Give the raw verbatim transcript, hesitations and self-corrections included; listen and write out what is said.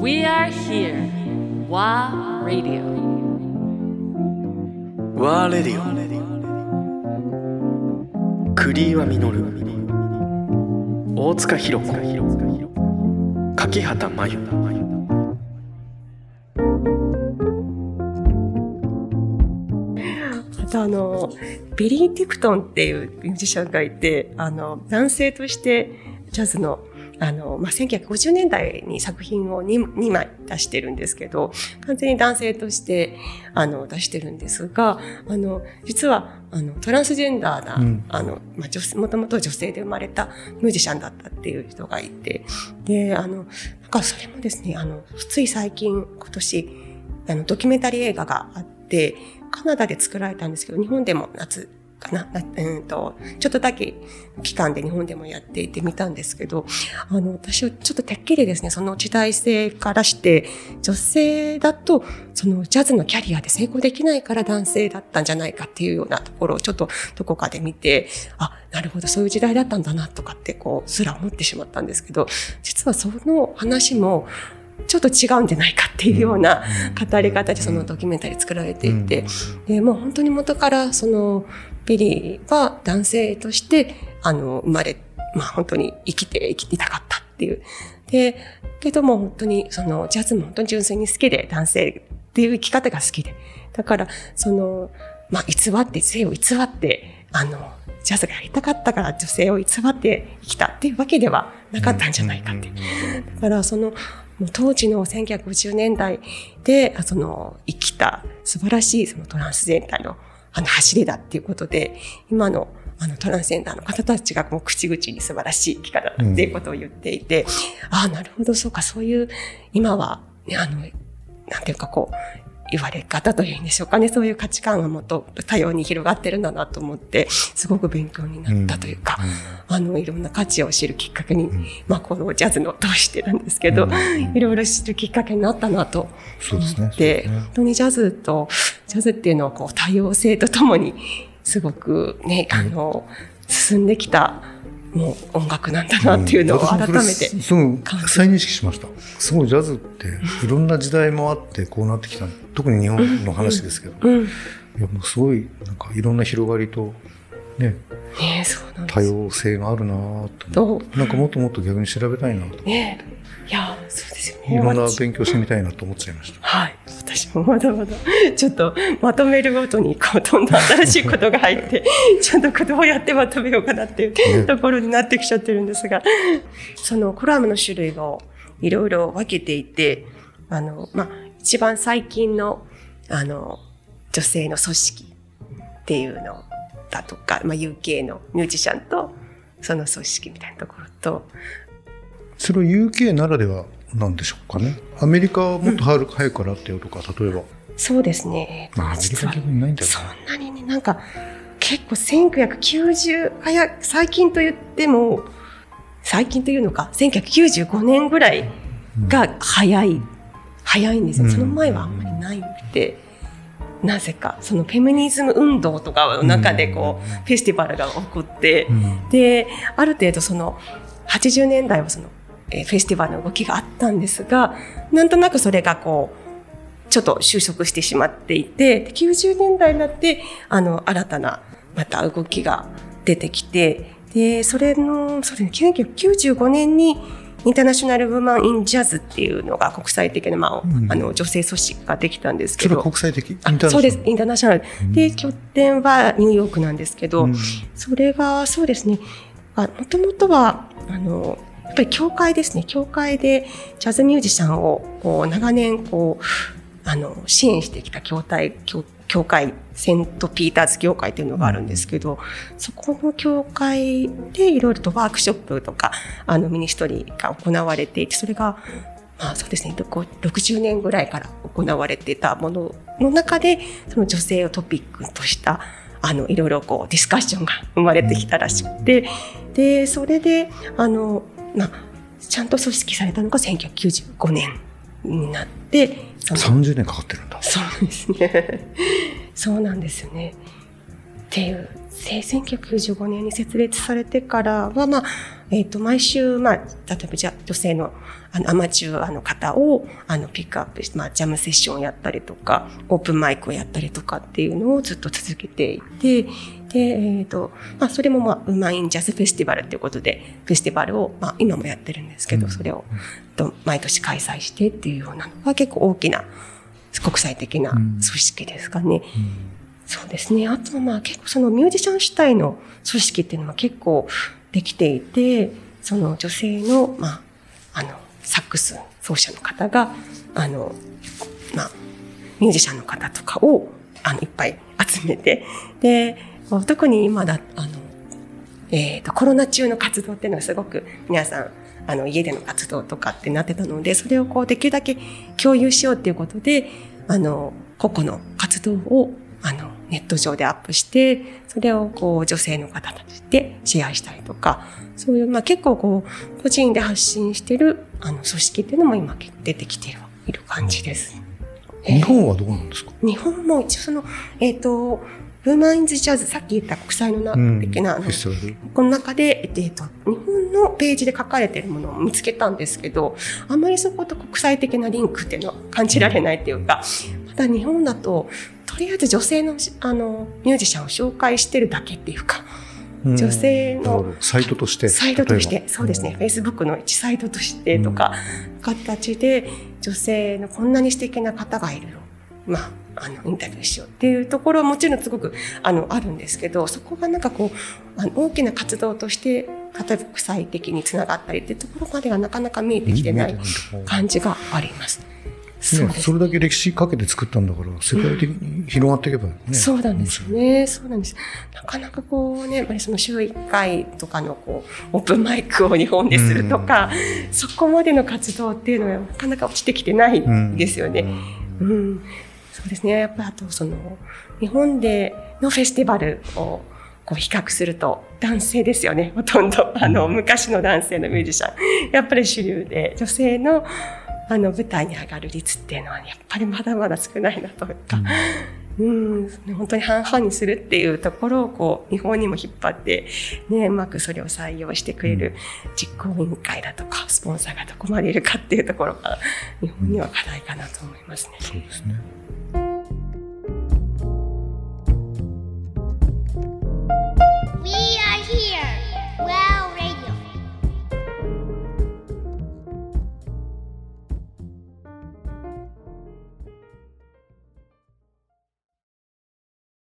We are here. WA Radio. WA Radio。栗岩実、大塚弘子、柿畑真由。 あとあのビリー・ティプトンっていうミュージシャンがいて、あの男性としてジャズのあの、まあ、せんきゅうひゃくごじゅうねんだいに作品を 2, にまい出してるんですけど、完全に男性としてあの出してるんですが、あの実はあのトランスジェンダーな、うん、あのまあ、女もともと女性で生まれたミュージシャンだったっていう人がいて、であのなんかそれもですね、あのつい最近今年あのドキュメンタリー映画があって、カナダで作られたんですけど、日本でも夏かな、うんと、ちょっとだけ期間で日本でもやっていて見たんですけど、あの、私はちょっとてっきりですね、その時代性からして、女性だと、そのジャズのキャリアで成功できないから男性だったんじゃないかっていうようなところをちょっとどこかで見て、あ、なるほど、そういう時代だったんだなとかってこう、すら思ってしまったんですけど、実はその話も、ちょっと違うんじゃないかっていうような語り方でそのドキュメンタリー作られていて、でもう本当に元からそのビリーは男性としてあの生まれ、まあ本当に生きて生きていたかったっていう。で、けども本当にそのジャズも本当に純粋に好きで、男性っていう生き方が好きで、だからそのまあ偽って性を偽ってあのジャズがやりたかったから女性を偽って生きたっていうわけではなかったんじゃないかって。だからその当時のせんきゅうひゃくごじゅうねんだいでその生きた素晴らしいそのトランスジェンダーのあの走りだっていうことで、今のあのトランスジェンダーの方たちがもう口々に素晴らしい生き方だっていうことを言っていて、うん、ああなるほど、そうか、そういう今は、ね、あのなんていうかこう言われ方というんでしょうかね、そういう価値観がもっと多様に広がってるんだなと思って、すごく勉強になったというか、うん、あのいろんな価値を知るきっかけに、うん、まあこのジャズの通してなんですけど、うん、いろいろ知るきっかけになったなと思って、そうですね、そうですね、本当にジャズとジャズっていうのはこう多様性とともにすごくね、あの進んできたもう音楽なんだなっていうのを改めて、うん、 すごく再認識しました。すごいジャズっていろんな時代もあってこうなってきた、特に日本の話ですけど、うんうん、いやもうすごいなんかいろんな広がりとね、 ね、そうなんです、 多様性があるなと、なんかもっともっと逆に調べたいなと、ね、 いやそうですよね、 いろんな勉強してみたいなと思っちゃいました。 はい、私もまだまだちょっとまとめるごとにこうどんどん新しいことが入ってちょっとどうやってまとめようかなっていう、ね、ところになってきちゃってるんですが、そのコラムの種類をいろいろ分けていて、あの、まあ、一番最近のあの女性の組織っていうのだとか、まあ、ユーケー のミュージシャンとその組織みたいなところと、 それは ユーケー ならではなんでしょうかね。アメリカはもっと早くからっていうとか、例えば。 そうですね。 まあ、アメリカはないんだよね。 そんなにね、なんか結構せんきゅうひゃくきゅうじゅう、早最近と言っても、最近というのか、せんきゅうひゃくきゅうじゅうごねんぐらいが早い、うん、早いんですよ。その前はあんまりないくて、うん、なぜか、そのフェミニズム運動とかの中でこう、うん、フェスティバルが起こって、うん、で、ある程度その、はちじゅうねんだいはその、フェスティバルの動きがあったんですが、なんとなくそれがこうちょっと収束してしまっていて、きゅうじゅうねんだいになってあの新たなまた動きが出てきて、でそれのそれせんきゅうひゃくきゅうじゅうごねんにインターナショナルウーマン・イン・ジャズっていうのが国際的な、まあうん、あの女性組織ができたんですけど、 それは国際的インターナショナル、そうです、インターナショナル、うん、で拠点はニューヨークなんですけど、うん、それがそうですね、もともとはあのやっぱり教会ですね。教会でジャズミュージシャンをこう長年こうあの支援してきた教会、教、教会、セントピーターズ教会というのがあるんですけど、そこの教会でいろいろとワークショップとかあのミニストリーが行われていて、それがまあそうですね、ろくじゅうねんぐらいから行われていたものの中で、その女性をトピックとしたあのいろいろこうディスカッションが生まれてきたらしくて、でそれであのまあ、ちゃんと組織されたのがせんきゅうひゃくきゅうじゅうごねんになって、 さんじゅうねんかかってるんだ。 そうですね。そうなんですよね。 っていうせんきゅうひゃくきゅうじゅうごねんに設立されてからは、まあえー、と毎週、まあ、例えばじゃ女性の、あのアマチュアの方をあのピックアップして、まあ、ジャムセッションをやったりとかオープンマイクをやったりとかっていうのをずっと続けていて、で、えーとまあ、それも、まあ、ウマインジャズフェスティバルということでフェスティバルを、まあ、今もやってるんですけど、それをと毎年開催してっていうようなのは結構大きな国際的な組織ですかね。うんうん、そうですね。あとはまあ結構そのミュージシャン主体の組織っていうのは結構できていて、その女性のまああのサックス奏者の方があのまあミュージシャンの方とかをあのいっぱい集めて、で特に今だあのえっとコロナ中の活動っていうのはすごく皆さんあの家での活動とかってなってたので、それをこうできるだけ共有しようっていうことで、あの個々の活動をあのネット上でアップして、それをこう女性の方たちでシェアしたりとか、そういうまあ結構こう個人で発信してるあの組織っていうのも今出てきている感じです。 日本はどうなんですか？ 日本も一応そのえっとウーマンズジャズ、さっき言った国際のな、うん、的なあのこの中で、えっと、日本のページで書かれているものを見つけたんですけど、あんまりそこと国際的なリンクっていうのは感じられないっていうか、また日本だととりあえず女性のあのミュージシャンを紹介してるだけっていうか、女性のサイトとしてサイトとしてそうですね、Facebook の一サイトとしてとか、うん、形で女性のこんなに素敵な方がいるよ、まああのインタビューしようっていうところはもちろんすごくあのあるんですけど、そこがなんかこうあの大きな活動として例えば国際的につながったりっていうところまではなかなか見えてきてない感じがあります。 そうですね、それだけ歴史かけて作ったんだから世界的に広がっていけばね、うん、 そうなんですね。そうなんです。なかなかこうね、やっぱりその週いっかいとかのこうオープンマイクを日本でするとか、うん、そこまでの活動っていうのはなかなか落ちてきてないですよね。うん、うん、そうですね。やっぱりあとその日本でのフェスティバルをこう比較すると男性ですよね。ほとんどあの昔の男性のミュージシャンやっぱり主流で、女性のあの舞台に上がる率っていうのは、ね、やっぱりまだまだ少ないなというか、うん、うん本当に半々にするっていうところをこう日本にも引っ張って、ね、うまくそれを採用してくれる実行委員会だとかスポンサーがどこまでいるかっていうところが日本には課題かなと思いますね。 そうですね。